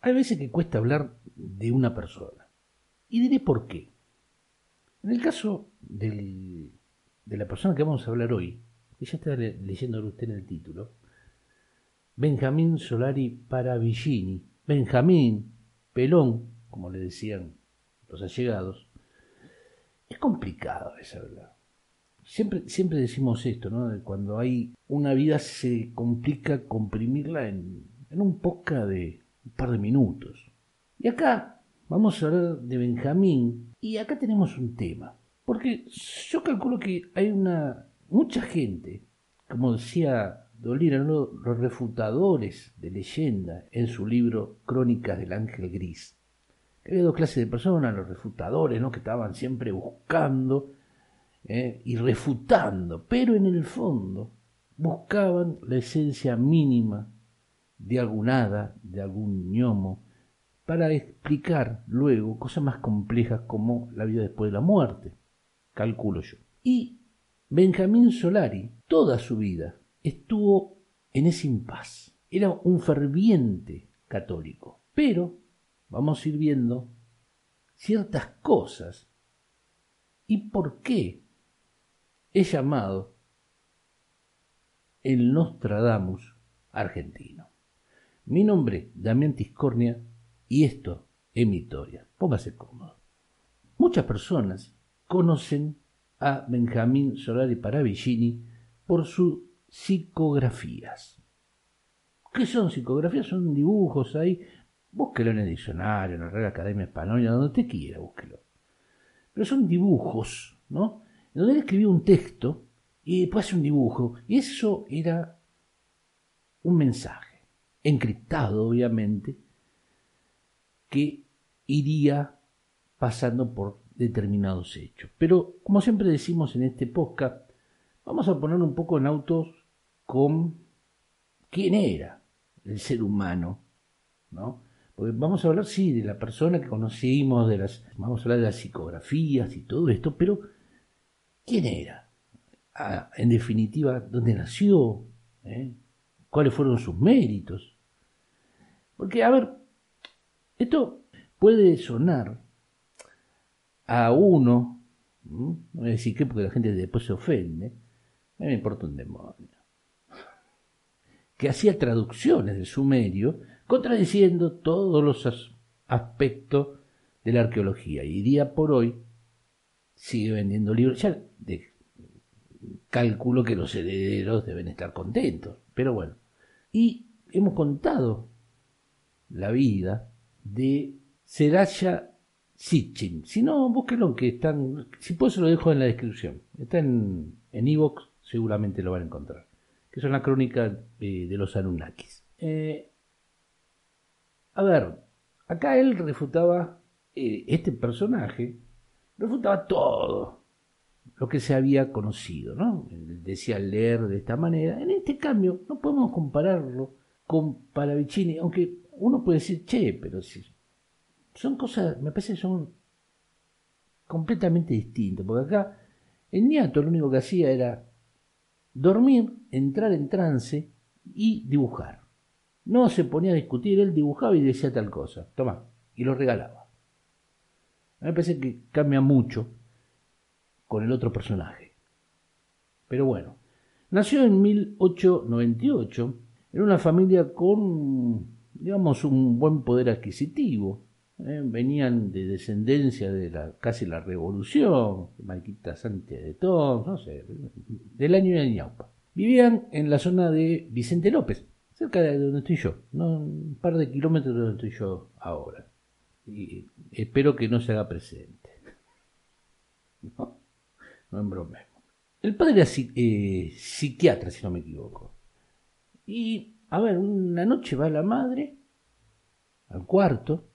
Hay veces que cuesta hablar de una persona. Y diré por qué. En el caso de la persona que vamos a hablar hoy, que ya está leyéndolo usted en el título, Benjamín Solari Paravicini, Benjamín, Pelón, como le decían los allegados, es complicado de hablar. Siempre decimos esto, ¿no? Cuando hay una vida se complica comprimirla en un podcast de un par de minutos. Y acá vamos a hablar de Benjamín y acá tenemos un tema. Porque yo calculo que hay mucha gente, como decía Dolina, ¿no? Los refutadores de leyenda en su libro Crónicas del Ángel Gris. Había dos clases de personas, los refutadores, ¿no? Que estaban siempre buscando y refutando, pero en el fondo buscaban la esencia mínima de algún hada, de algún gnomo, para explicar luego cosas más complejas como la vida después de la muerte, calculo yo. Y Benjamín Solari, toda su vida, estuvo en ese impas. Era un ferviente católico, pero vamos a ir viendo ciertas cosas y por qué es llamado el Nostradamus argentino. Mi nombre es Damián Tiscornia y esto es mi historia. Póngase cómodo. Muchas personas conocen a Benjamín Solari Paravicini por sus psicografías. ¿Qué son psicografías? Son dibujos ahí. Búsquelo en el diccionario, en la Real Academia Española, donde usted quiera, búsquelo. Pero son dibujos, ¿no? En donde él escribió un texto y después hace un dibujo. Y eso era un mensaje, encriptado obviamente, que iría pasando por determinados hechos. Pero, como siempre decimos en este podcast, vamos a poner un poco en autos con quién era el ser humano, ¿no? Porque vamos a hablar, sí, de la persona que conocimos, vamos a hablar de las psicografías y todo esto, pero ¿quién era? En definitiva, ¿dónde nació? ¿Cuáles fueron sus méritos? Porque, a ver, esto puede sonar a uno, no voy a decir qué porque la gente después se ofende, a mí me importa un demonio, que hacía traducciones del sumerio contradiciendo todos los aspectos de la arqueología y día por hoy sigue vendiendo libros. Ya calculo que los herederos deben estar contentos, pero bueno. Y hemos contado la vida de Seraya Sitchin. Si no, búsquenlo, que están, si puedo se lo dejo en la descripción. Está en iVoox, seguramente lo van a encontrar. Que son las crónicas de los Anunnakis. A ver, acá él refutaba, este personaje, refutaba todo lo que se había conocido, ¿no? Él decía leer de esta manera. En este cambio, no podemos compararlo con Paravicini, aunque uno puede decir, che, pero si son cosas, me parece que son completamente distintas, porque acá el niato lo único que hacía era dormir, entrar en trance y dibujar. No se ponía a discutir, él dibujaba y decía tal cosa, toma, y lo regalaba. A mí me parece que cambia mucho con el otro personaje. Pero bueno, nació en 1898 en una familia con, digamos, un buen poder adquisitivo. Venían de descendencia de casi la revolución, Mariquita Sánchez de Toms, no sé, del año de Ñaupa. Vivían en la zona de Vicente López, cerca de donde estoy yo, ¿no? Un par de kilómetros de donde estoy yo ahora. Y espero que no se haga presente. No embromemos. El padre era psiquiatra, si no me equivoco. Y, a ver, una noche va la madre al cuarto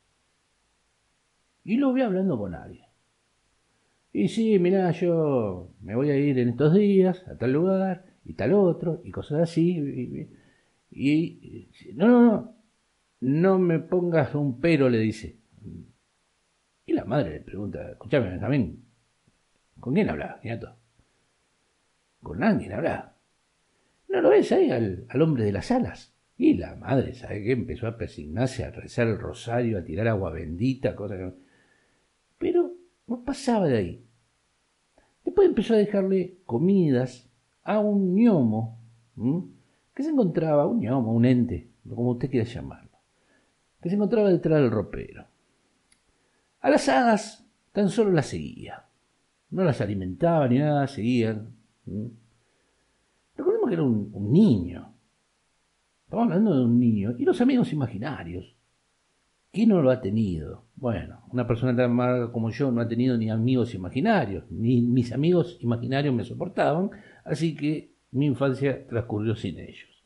y lo ve hablando con alguien. Y sí, mirá, yo me voy a ir en estos días a tal lugar y tal otro y cosas así. Y no me pongas un pero, le dice. Y la madre le pregunta, escuchame, Benjamín, ¿con quién hablas, nieto? Con alguien habla. ¿No lo ves ahí al hombre de las alas? Y la madre, ¿sabe qué? Empezó a persignarse, a rezar el rosario, a tirar agua bendita, cosas que... Pero no pasaba de ahí. Después empezó a dejarle comidas a un gnomo, que se encontraba, un gnomo, un ente, como usted quiera llamarlo, que se encontraba detrás del ropero. A las hadas tan solo las seguía. No las alimentaba ni nada, seguían. Recordemos que era un niño. Estamos hablando de un niño. Y los amigos imaginarios. ¿Quién no lo ha tenido? Bueno, una persona tan amarga como yo no ha tenido ni amigos imaginarios. Ni mis amigos imaginarios me soportaban. Así que mi infancia transcurrió sin ellos.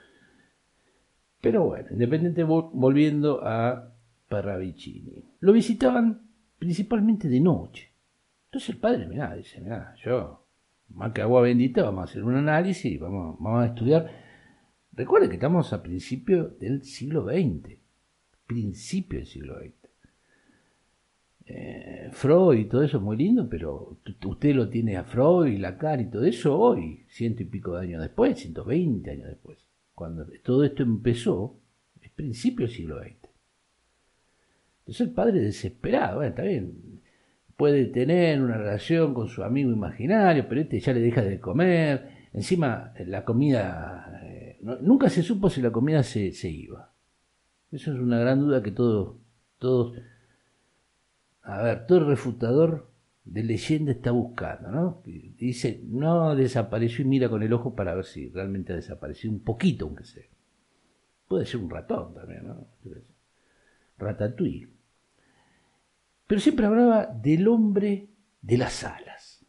Pero bueno, independiente, volviendo a Parravicini. Lo visitaban principalmente de noche. Entonces el padre, dice, yo, más que agua bendita, vamos a hacer un análisis, vamos a estudiar. Recuerde que estamos a principios del siglo XX, principio del siglo XX. Freud y todo eso es muy lindo, pero usted lo tiene a Freud, Lacan y todo eso hoy, 100 y pico de años después, 120 años después. Cuando todo esto empezó, es principio del siglo XX. Entonces el padre desesperado, bueno, está bien, puede tener una relación con su amigo imaginario, pero este ya le deja de comer. Encima, la comida, nunca se supo si la comida se iba. Eso es una gran duda que todo el refutador de leyenda está buscando, ¿no? Dice, no desapareció y mira con el ojo para ver si realmente ha desaparecido un poquito, aunque sea. Puede ser un ratón también, ¿no? Ratatouille. Pero siempre hablaba del hombre de las alas.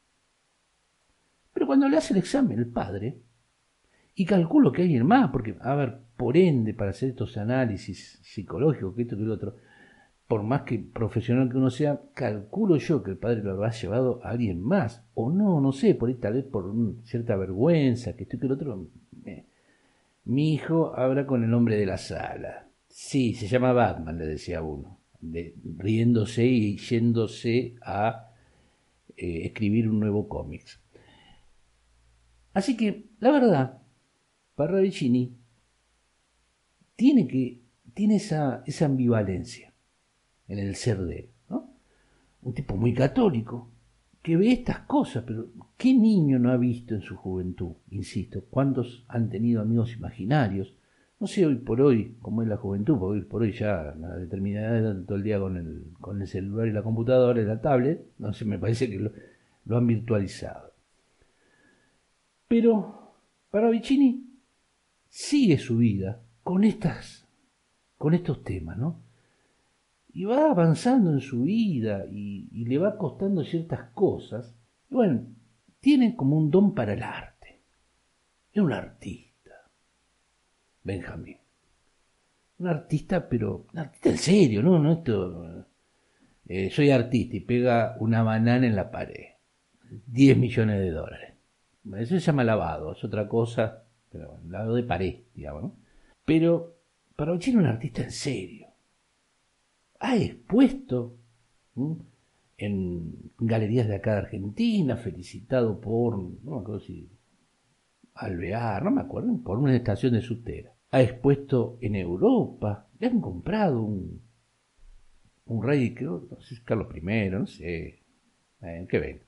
Pero cuando le hace el examen el padre, y calculo que alguien más, porque, a ver, por ende, para hacer estos análisis psicológicos, que esto que lo otro, por más que profesional que uno sea, calculo yo que el padre lo habrá llevado a alguien más, o no sé, por ahí tal vez por cierta vergüenza, que esto que lo otro. Mi hijo habla con el hombre de la sala. Sí, se llama Batman, le decía uno, riéndose y yéndose a escribir un nuevo cómic. Así que, la verdad, Parravicini tiene esa ambivalencia en el ser de él, ¿no? Un tipo muy católico, que ve estas cosas, pero ¿qué niño no ha visto en su juventud? Insisto, ¿cuántos han tenido amigos imaginarios? No sé hoy por hoy cómo es la juventud, porque hoy por hoy ya la determinada edad todo el día con el celular y la computadora y la tablet, no sé, me parece que lo han virtualizado. Pero Parravicini sigue su vida con estos temas, ¿no? Y va avanzando en su vida y le va costando ciertas cosas. Y bueno, tiene como un don para el arte. Es un artista, Benjamín. Un artista, pero un artista en serio, ¿no? No esto, soy artista y pega una banana en la pared. 10 millones de dólares. Eso se llama lavado, es otra cosa, pero bueno, lavado de pared, digamos, ¿no? Pero Parravicini es un artista en serio. Ha expuesto en galerías de acá de Argentina, felicitado por, no me acuerdo si Alvear, no me acuerdo, por una estación de subtera. Ha expuesto en Europa, le han comprado un rey, creo, no sé, Carlos I, no sé, que ven.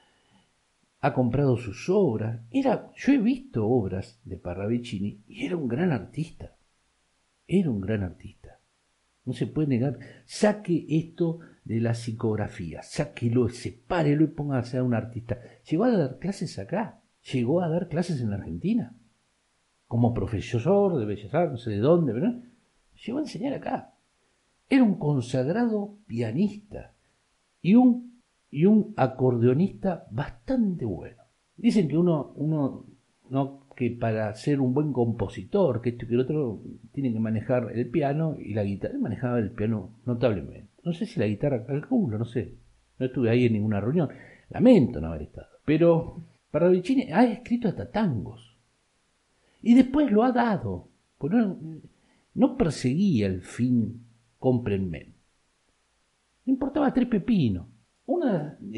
Ha comprado sus obras. Yo he visto obras de Parravicini y era un gran artista. Era un gran artista. No se puede negar. Saque esto de la psicografía, sáquelo, sepárelo y póngase a un artista. Llegó a dar clases acá, llegó a dar clases en la Argentina, como profesor de Bellas Artes, no sé de dónde, pero llegó a enseñar acá. Era un consagrado pianista y un acordeonista bastante bueno. Dicen que uno no, que para ser un buen compositor, que esto y que el otro, tiene que manejar el piano y la guitarra. Él manejaba el piano notablemente. No sé si la guitarra, calculo, no sé. No estuve ahí en ninguna reunión. Lamento no haber estado. Pero Parravicini ha escrito hasta tangos. Y después lo ha dado. Pues no perseguía el fin, cómprenme. No importaba tres pepinos.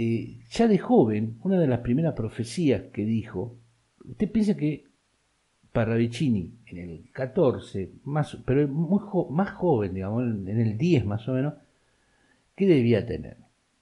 Ya de joven, una de las primeras profecías que dijo, usted piensa que Parravicini en el 14, pero más joven, digamos, en el 10 más o menos, ¿qué debía tener?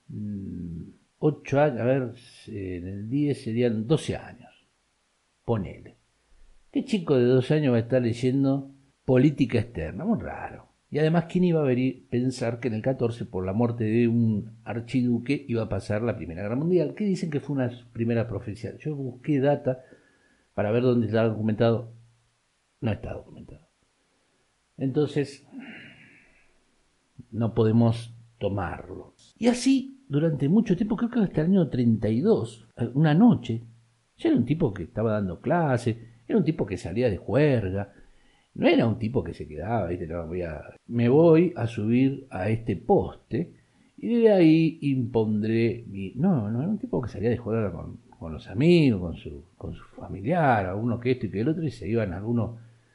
8 años, a ver, en el 10 serían 12 años, ponele. ¿Qué chico de 12 años va a estar leyendo política externa? Muy raro. Y además, ¿quién iba a pensar que en el 14, por la muerte de un archiduque, iba a pasar la Primera Guerra Mundial? Que dicen que fue una primera profecía. Yo busqué data para ver dónde está documentado. No está documentado. Entonces, no podemos tomarlo. Y así, durante mucho tiempo, creo que hasta el año 32, una noche, ya era un tipo que estaba dando clases, era un tipo que salía de juerga, no era un tipo que se quedaba, ¿viste? No, me voy a subir a este poste y de ahí impondré mi... No, era un tipo que salía de juerga con los amigos, con su familiar, alguno que esto y que el otro, y se iban a algunos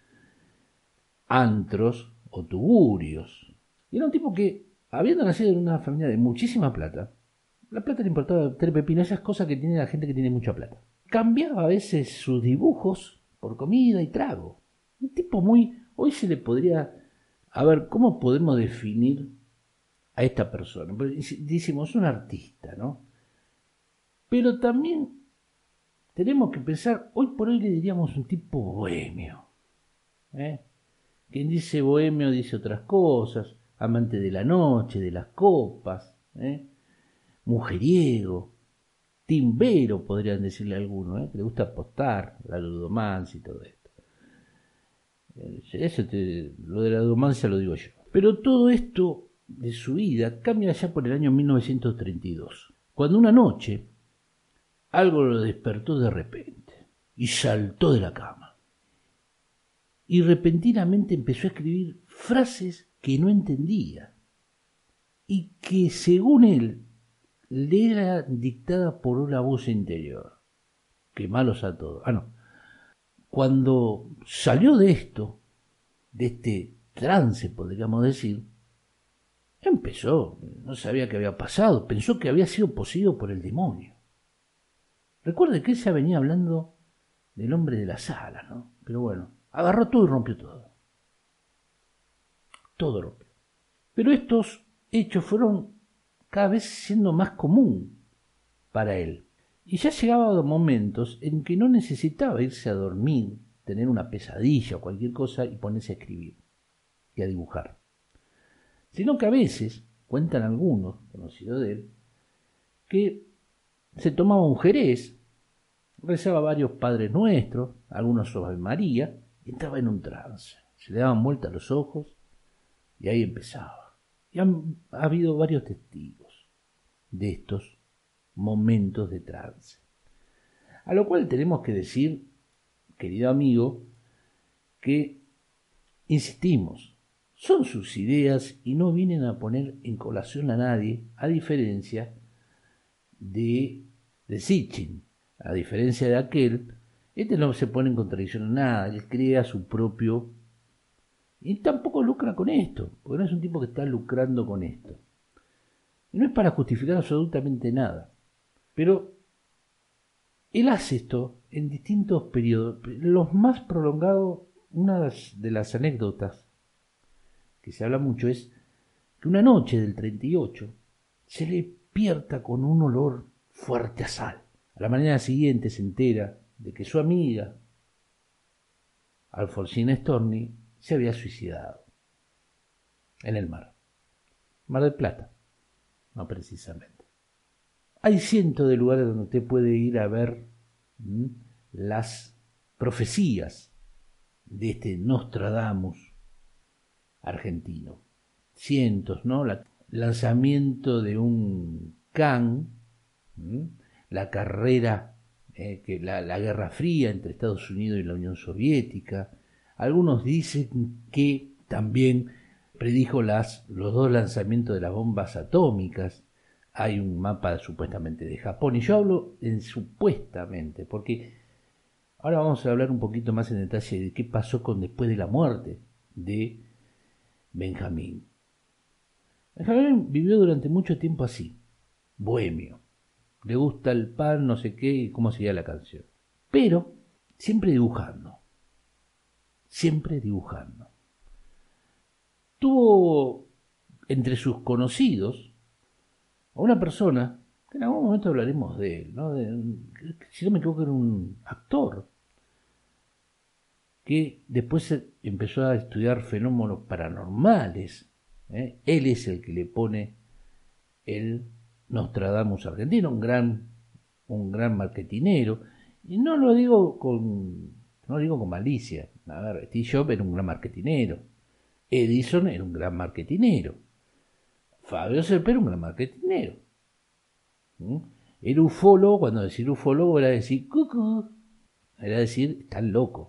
antros o tugurios. Y era un tipo que, habiendo nacido en una familia de muchísima plata, la plata le importaba tres pepinos, esas cosas que tiene la gente que tiene mucha plata. Cambiaba a veces sus dibujos por comida y trago. Un tipo muy... Hoy se le podría... A ver, ¿cómo podemos definir a esta persona? Decimos, un artista, ¿no? Pero también tenemos que pensar, hoy por hoy le diríamos un tipo bohemio. Quien dice bohemio dice otras cosas, amante de la noche, de las copas, mujeriego, timbero, podrían decirle algunos, que le gusta apostar, la ludomancia y todo esto. Lo de la ludomancia lo digo yo. Pero todo esto de su vida cambia ya por el año 1932, cuando una noche algo lo despertó de repente y saltó de la cama. Y repentinamente empezó a escribir frases que no entendía y que, según él, le era dictada por una voz interior. Qué malos a todos. No. Cuando salió de esto, de este trance, podríamos decir, empezó, no sabía qué había pasado, pensó que había sido poseído por el demonio. Recuerde que él ya venía hablando del hombre de las alas, ¿no? Pero bueno, agarró todo y rompió todo. Todo rompió. Pero estos hechos fueron cada vez siendo más común para él. Y ya llegaba momentos en que no necesitaba irse a dormir, tener una pesadilla o cualquier cosa y ponerse a escribir y a dibujar. Sino que a veces, cuentan algunos conocidos de él, que se tomaba un jerez, rezaba varios Padres Nuestros, algunos Ave María, y entraba en un trance. Se le daban vueltas los ojos y ahí empezaba. Y ha habido varios testigos de estos momentos de trance. A lo cual tenemos que decir, querido amigo, que, insistimos, son sus ideas y no vienen a poner en colación a nadie, a diferencia de Sitchin. A diferencia de aquel, este no se pone en contradicción a nada, él crea su propio... Y tampoco lucra con esto, porque no es un tipo que está lucrando con esto. Y no es para justificar absolutamente nada. Pero él hace esto en distintos periodos. Los más prolongados, una de las anécdotas que se habla mucho es que una noche del 38 se le despierta con un olor fuerte a sal. A la mañana siguiente se entera de que su amiga, Alfonsina Storni, se había suicidado en el mar. Mar del Plata, no precisamente. Hay cientos de lugares donde usted puede ir a ver las profecías de este Nostradamus argentino. Cientos, ¿no? El lanzamiento de un can, la carrera, la Guerra Fría entre Estados Unidos y la Unión Soviética. Algunos dicen que también predijo los dos lanzamientos de las bombas atómicas. Hay un mapa supuestamente de Japón, y yo hablo en supuestamente, porque ahora vamos a hablar un poquito más en detalle de qué pasó después de la muerte de Benjamín. Benjamín vivió durante mucho tiempo así, bohemio. Le gusta el pan, no sé qué, y cómo seguía la canción. Pero siempre dibujando. siempre dibujando. Tuvo entre sus conocidos a una persona, que en algún momento hablaremos de él, ¿no? Si no me equivoco era un actor, que después empezó a estudiar fenómenos paranormales. Él es el que le pone el Nostradamus argentino, un gran marketinero, y no lo digo con malicia. A ver, Steve Jobs era un gran marketinero, Edison era un gran marketinero, Fabio Cepero era un gran marketinero. El ufólogo, cuando decir ufólogo era decir cucú, era decir están loco.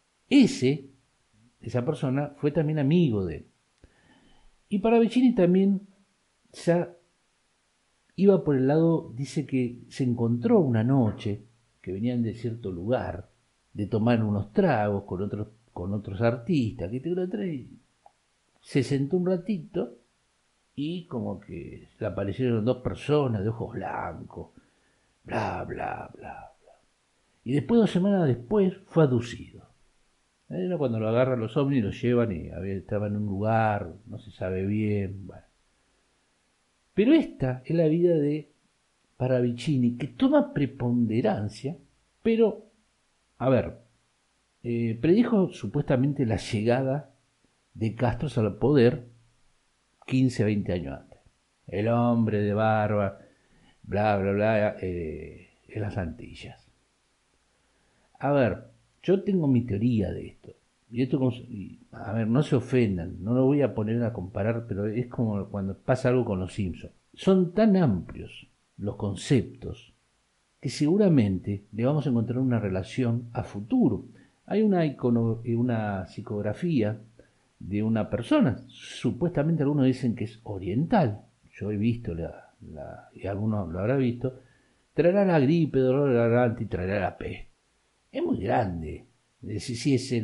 Esa persona fue también amigo de él. Y Paravicini también ya iba por el lado, dice que se encontró una noche, que venían de cierto lugar, de tomar unos tragos con otros artistas, se sentó un ratito y como que le aparecieron dos personas de ojos blancos, bla, bla, bla, bla. Y después, 2 semanas después, fue aducido. Era cuando lo agarran los ovnis, lo llevan y estaba en un lugar, no se sabe bien, bueno. Pero esta es la vida de Paravicini, que toma preponderancia, pero, a ver, predijo supuestamente la llegada de Castro al poder 15, 20 años antes. El hombre de barba, bla, bla, bla, en las Antillas. A ver, yo tengo mi teoría de esto. A ver, no se ofendan, no lo voy a poner a comparar, pero es como cuando pasa algo con los Simpsons. Son tan amplios los conceptos que seguramente le vamos a encontrar una relación a futuro. Hay una psicografía de una persona, supuestamente algunos dicen que es oriental, yo he visto y algunos lo habrán visto, traerá la gripe, dolor de garganta y traerá la peste. Es muy grande, es decir, sí es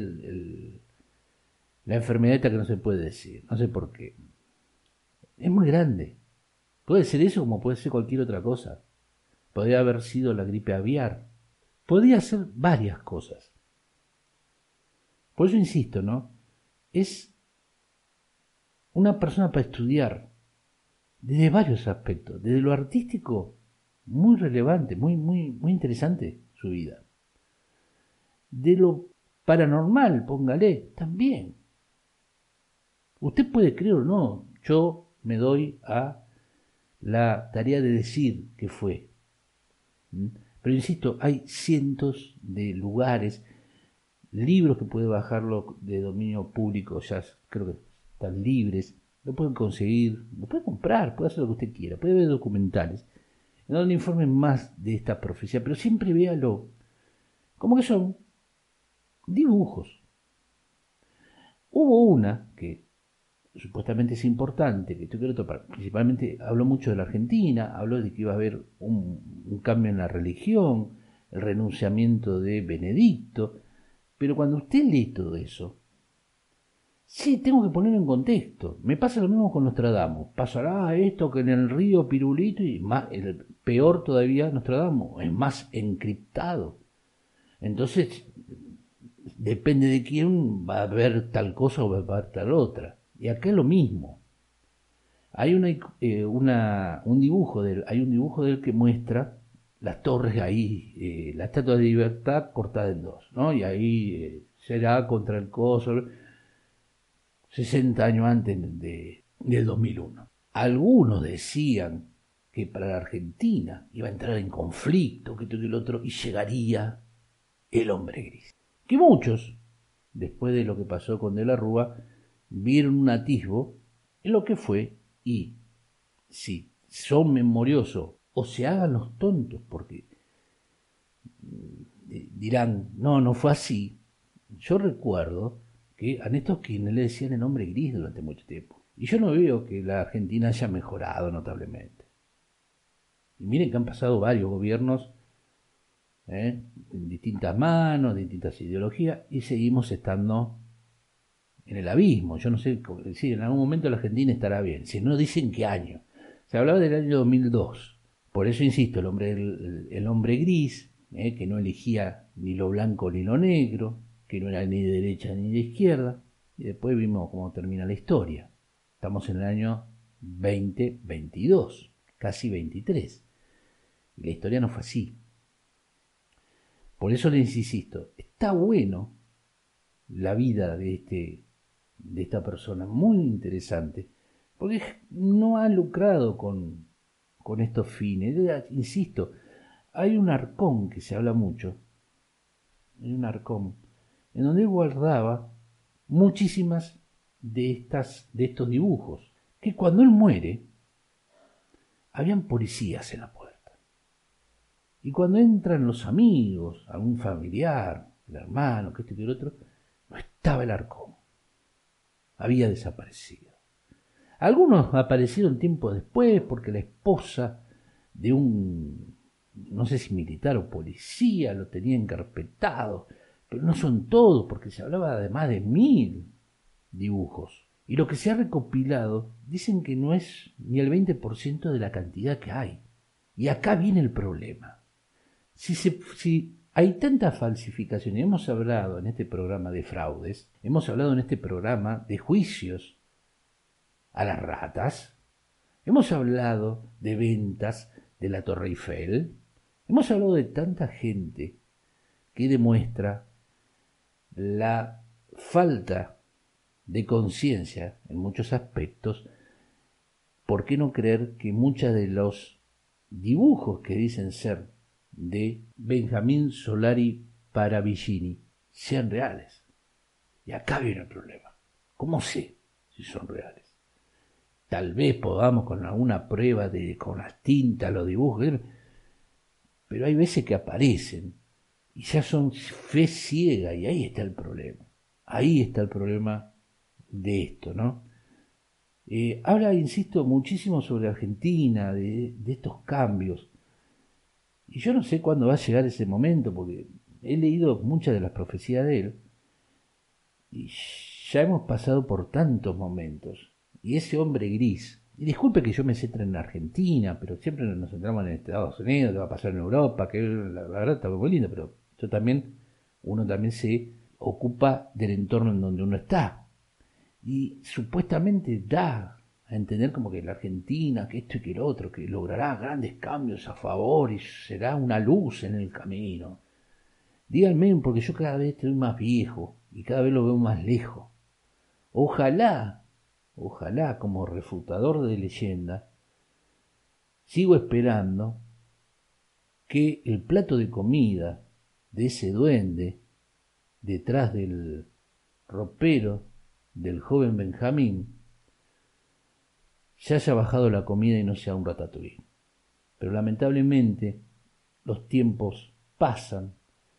la enfermedad esta que no se puede decir, no sé por qué. Es muy grande. Puede ser eso como puede ser cualquier otra cosa. Podría haber sido la gripe aviar. Podría ser varias cosas. Por eso insisto, ¿no? Es una persona para estudiar desde varios aspectos. Desde lo artístico, muy relevante, muy, muy, muy interesante su vida. De lo paranormal, póngale, también. Usted puede creer o no, yo me doy a la tarea de decir que fue. Pero insisto, hay cientos de lugares, libros que puede bajarlo de dominio público, ya creo que están libres, lo pueden conseguir, lo puede comprar, puede hacer lo que usted quiera, puede ver documentales, en donde informen más de esta profecía, pero siempre véalo como que son dibujos. Hubo una que supuestamente es importante, que esto quiero topar, principalmente habló mucho de la Argentina, habló de que iba a haber un cambio en la religión, el renunciamiento de Benedicto, pero cuando usted lee todo eso, sí, tengo que ponerlo en contexto. Me pasa lo mismo con Nostradamus. Pasará esto que en el río Pirulito y más, el peor todavía Nostradamus, es más encriptado. Entonces, depende de quién va a ver tal cosa o va a ver tal otra. Y acá es lo mismo. Hay un dibujo de él que muestra las torres ahí, la Estatua de Libertad cortada en dos, ¿no? Y ahí será contra el coso, 60 años antes del 2001. Algunos decían que para la Argentina iba a entrar en conflicto, que todo el otro, y llegaría el hombre gris. Que muchos, después de lo que pasó con De la Rúa, vieron un atisbo en lo que fue, y si son memoriosos o se hagan los tontos porque dirán, no fue así. Yo recuerdo que a Néstor Kirchner le decían el hombre gris durante mucho tiempo. Y yo no veo que la Argentina haya mejorado notablemente. Y miren que han pasado varios gobiernos en distintas manos, distintas ideologías, y seguimos estando en el abismo. Yo no sé si en algún momento la Argentina estará bien. Si no, dicen qué año. Se hablaba del año 2002. Por eso insisto, el hombre gris, que no elegía ni lo blanco ni lo negro, que no era ni de derecha ni de izquierda, y después vimos cómo termina la historia. Estamos en el año 2022, casi 23, y la historia no fue así. Por eso les insisto, está bueno la vida de esta persona, muy interesante, porque no ha lucrado con estos fines. Insisto, hay un arcón que se habla mucho, hay un arcón, en donde él guardaba muchísimas de estos dibujos, que cuando él muere, habían policías en la puerta. Y cuando entran los amigos, algún familiar, el hermano, que esto y que el otro, no estaba el arcón. Había desaparecido. Algunos aparecieron tiempo después porque la esposa de un, no sé si militar o policía, lo tenía encarpetado, pero no son todos, porque se hablaba de más de 1000 dibujos. Y lo que se ha recopilado, dicen que no es ni el 20% de la cantidad que hay. Y acá viene el problema. Si hay tanta falsificación, y hemos hablado en este programa de fraudes, hemos hablado en este programa de juicios a las ratas, hemos hablado de ventas de la Torre Eiffel, hemos hablado de tanta gente que demuestra la falta de conciencia en muchos aspectos. ¿Por qué no creer que muchos de los dibujos que dicen ser de Benjamín Solari Paravicini sean reales? Y acá viene el problema. ¿Cómo sé si son reales? Tal vez podamos con alguna prueba con las tintas, los dibujos, pero hay veces que aparecen y ya son fe ciega, y ahí está el problema. Ahí está el problema de esto, ¿no? Habla, insisto, muchísimo sobre Argentina, de estos cambios. Y yo no sé cuándo va a llegar ese momento, porque he leído muchas de las profecías de él, y ya hemos pasado por tantos momentos. Y ese hombre gris, y disculpe que yo me centre en Argentina, pero siempre nos centramos en Estados Unidos, qué va a pasar en Europa, que la verdad está muy lindo, pero uno también se ocupa del entorno en donde uno está. Y supuestamente da a entender como que la Argentina, que esto y que el otro, que logrará grandes cambios a favor y será una luz en el camino. Díganme, porque yo cada vez estoy más viejo y cada vez lo veo más lejos. Ojalá, como refutador de leyenda, sigo esperando que el plato de comida de ese duende detrás del ropero del joven Benjamín se haya bajado la comida y no sea un ratatouille. Pero lamentablemente los tiempos pasan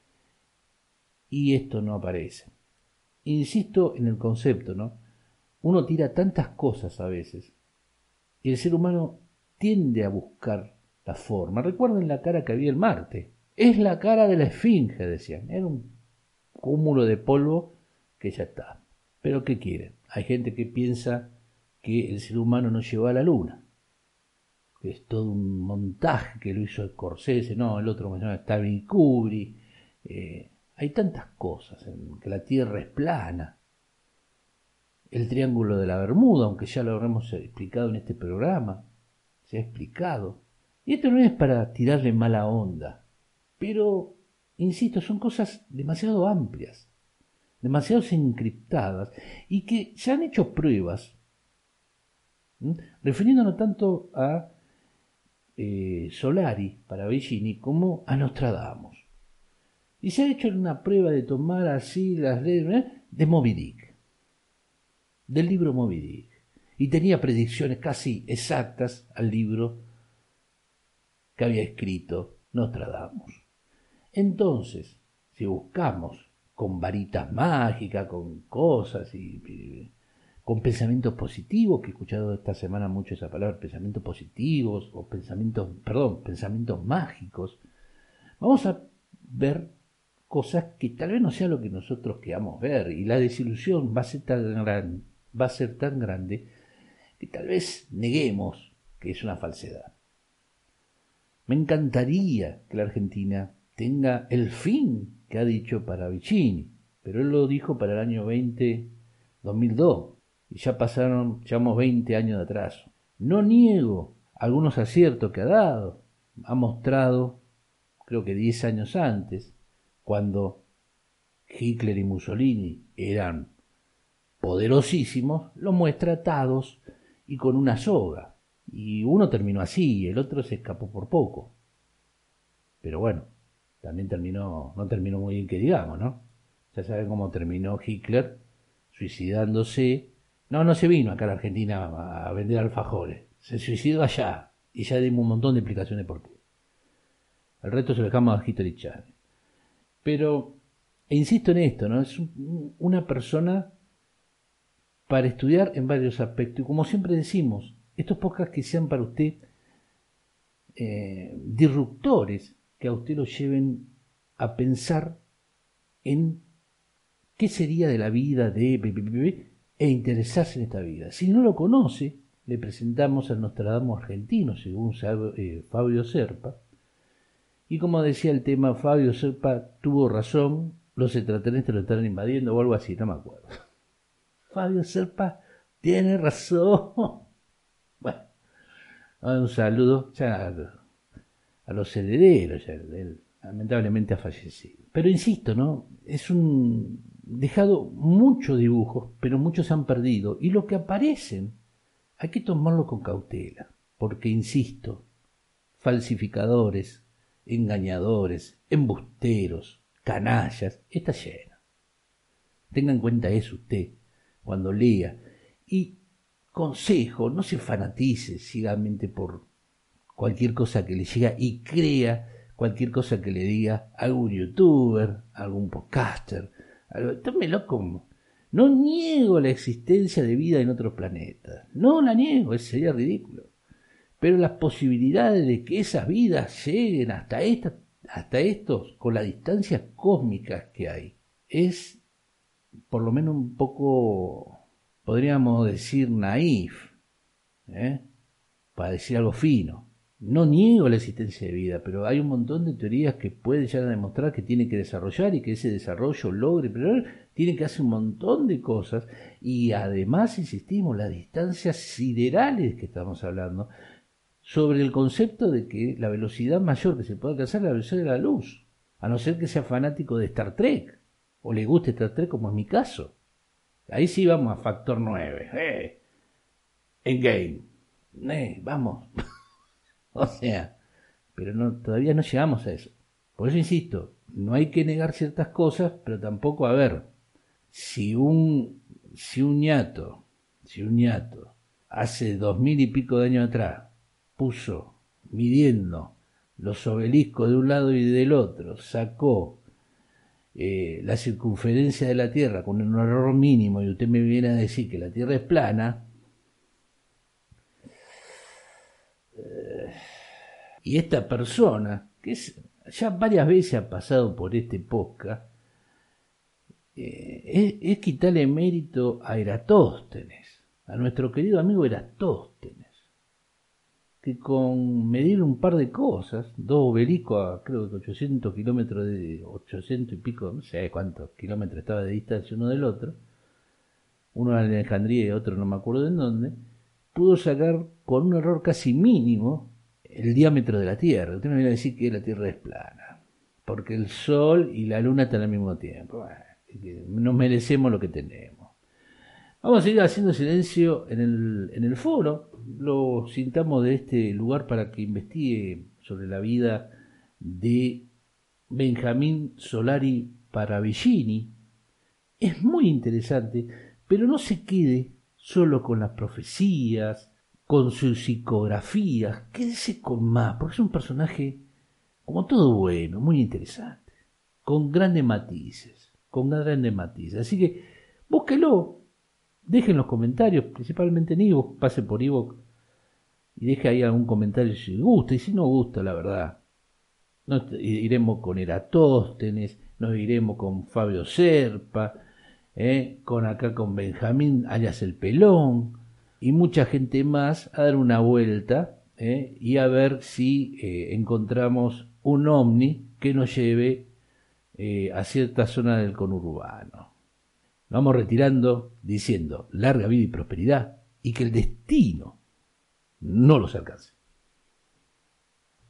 y esto no aparece. Insisto en el concepto, ¿no? Uno tira tantas cosas a veces y el ser humano tiende a buscar la forma. Recuerden la cara que había en Marte. Es la cara de la esfinge, decían. Era un cúmulo de polvo que ya está. Pero ¿qué quieren? Hay gente que piensa que el ser humano no llegó a la luna, que es todo un montaje que lo hizo Scorsese, no, el otro mencionaba Stanley Kubrick. Hay tantas cosas, que la Tierra es plana, el Triángulo de la Bermuda, aunque ya lo habremos explicado en este programa, se ha explicado. Y esto no es para tirarle mala onda, pero, insisto, son cosas demasiado amplias, demasiado encriptadas, y que se han hecho pruebas, refiriéndonos tanto a Solari, Paravicini, como a Nostradamus. Y se ha hecho una prueba de tomar así las leyes de Moby Dick, del libro Moby Dick, y tenía predicciones casi exactas al libro que había escrito Nostradamus. Entonces, si buscamos con varitas mágicas, con cosas y con pensamientos positivos, que he escuchado esta semana mucho esa palabra, pensamientos positivos o pensamientos mágicos, vamos a ver cosas que tal vez no sea lo que nosotros queramos ver, y la desilusión va a ser tan grande que tal vez neguemos que es una falsedad. Me encantaría que la Argentina tenga el fin que ha dicho Paravicini, pero él lo dijo para el año 2002, y ya llevamos 20 años de atraso. No niego algunos aciertos que ha dado, ha mostrado, creo que 10 años antes, cuando Hitler y Mussolini eran poderosísimos, los muestra atados y con una soga. Y uno terminó así, el otro se escapó por poco. Pero bueno, también no terminó muy bien que digamos, ¿no? Ya saben cómo terminó Hitler, suicidándose. No se vino acá a la Argentina a vender alfajores. Se suicidó allá. Y ya dimos un montón de explicaciones por qué. El resto se lo dejamos a History Channel. Pero, insisto en esto, ¿no? Es una persona para estudiar en varios aspectos. Y como siempre decimos, estos podcasts que sean para usted disruptores, que a usted lo lleven a pensar en qué sería de la vida de e interesarse en esta vida. Si no lo conoce, le presentamos al Nostradamus argentino, según Fabio Serpa. Y como decía el tema, Fabio Serpa tuvo razón, los extraterrestres lo están invadiendo o algo así, no me acuerdo. Fabio Serpa tiene razón. Bueno, un saludo ya a los herederos, ya, él lamentablemente ha fallecido. Pero insisto, ¿no? Es dejado muchos dibujos, pero muchos se han perdido. Y lo que aparecen hay que tomarlo con cautela, porque insisto, falsificadores, engañadores, embusteros, canallas, está lleno. Tenga en cuenta eso usted cuando lea. Y consejo, no se fanatice ciegamente por cualquier cosa que le llega y crea cualquier cosa que le diga algún youtuber, algún podcaster. Tómelo como... No niego la existencia de vida en otros planetas. No la niego, eso sería ridículo. Pero las posibilidades de que esas vidas lleguen hasta estos, con las distancias cósmicas que hay, es por lo menos un poco, podríamos decir, naif, para decir algo fino. No niego la existencia de vida, pero hay un montón de teorías que pueden llegar a demostrar que tiene que desarrollar y que ese desarrollo logre, pero tiene que hacer un montón de cosas. Y además, insistimos, las distancias siderales que estamos hablando, sobre el concepto de que la velocidad mayor que se puede alcanzar es la velocidad de la luz, a no ser que sea fanático de Star Trek, o le guste Star Trek como es mi caso. Ahí sí vamos a factor 9. Endgame. Vamos. O sea, pero todavía no llegamos a eso. Por eso insisto, no hay que negar ciertas cosas, pero tampoco, a ver, si un ñato hace 2000 y pico de años atrás puso midiendo los obeliscos de un lado y del otro, sacó la circunferencia de la Tierra con un error mínimo y usted me viene a decir que la Tierra es plana, y esta persona, que ya varias veces ha pasado por este podcast, es quitarle mérito a Eratóstenes, a nuestro querido amigo Eratóstenes, que con medir un par de cosas, dos obeliscos a creo que 800 kilómetros 800 y pico, no sé cuántos kilómetros estaba de distancia uno del otro, uno en Alejandría y otro no me acuerdo en dónde, pudo sacar con un error casi mínimo el diámetro de la Tierra. Usted me viene a decir que la Tierra es plana, porque el Sol y la Luna están al mismo tiempo. Bueno, no merecemos lo que tenemos. Vamos a seguir haciendo silencio en el foro. Lo citamos de este lugar para que investigue sobre la vida de Benjamín Solari Paravicini. Es muy interesante, pero no se quede solo con las profecías, con sus psicografías, quédese con más, porque es un personaje, como todo bueno, muy interesante, con grandes matices. Así que búsquelo, dejen los comentarios, principalmente en iVoox, pase por iVoox y deje ahí algún comentario si gusta, y si no gusta, la verdad. Iremos con Eratóstenes, nos iremos con Fabio Serpa, con Benjamín alias el Pelón, y mucha gente más a dar una vuelta y a ver si encontramos un ovni que nos lleve a cierta zona del conurbano. Vamos retirando diciendo larga vida y prosperidad y que el destino no los alcance.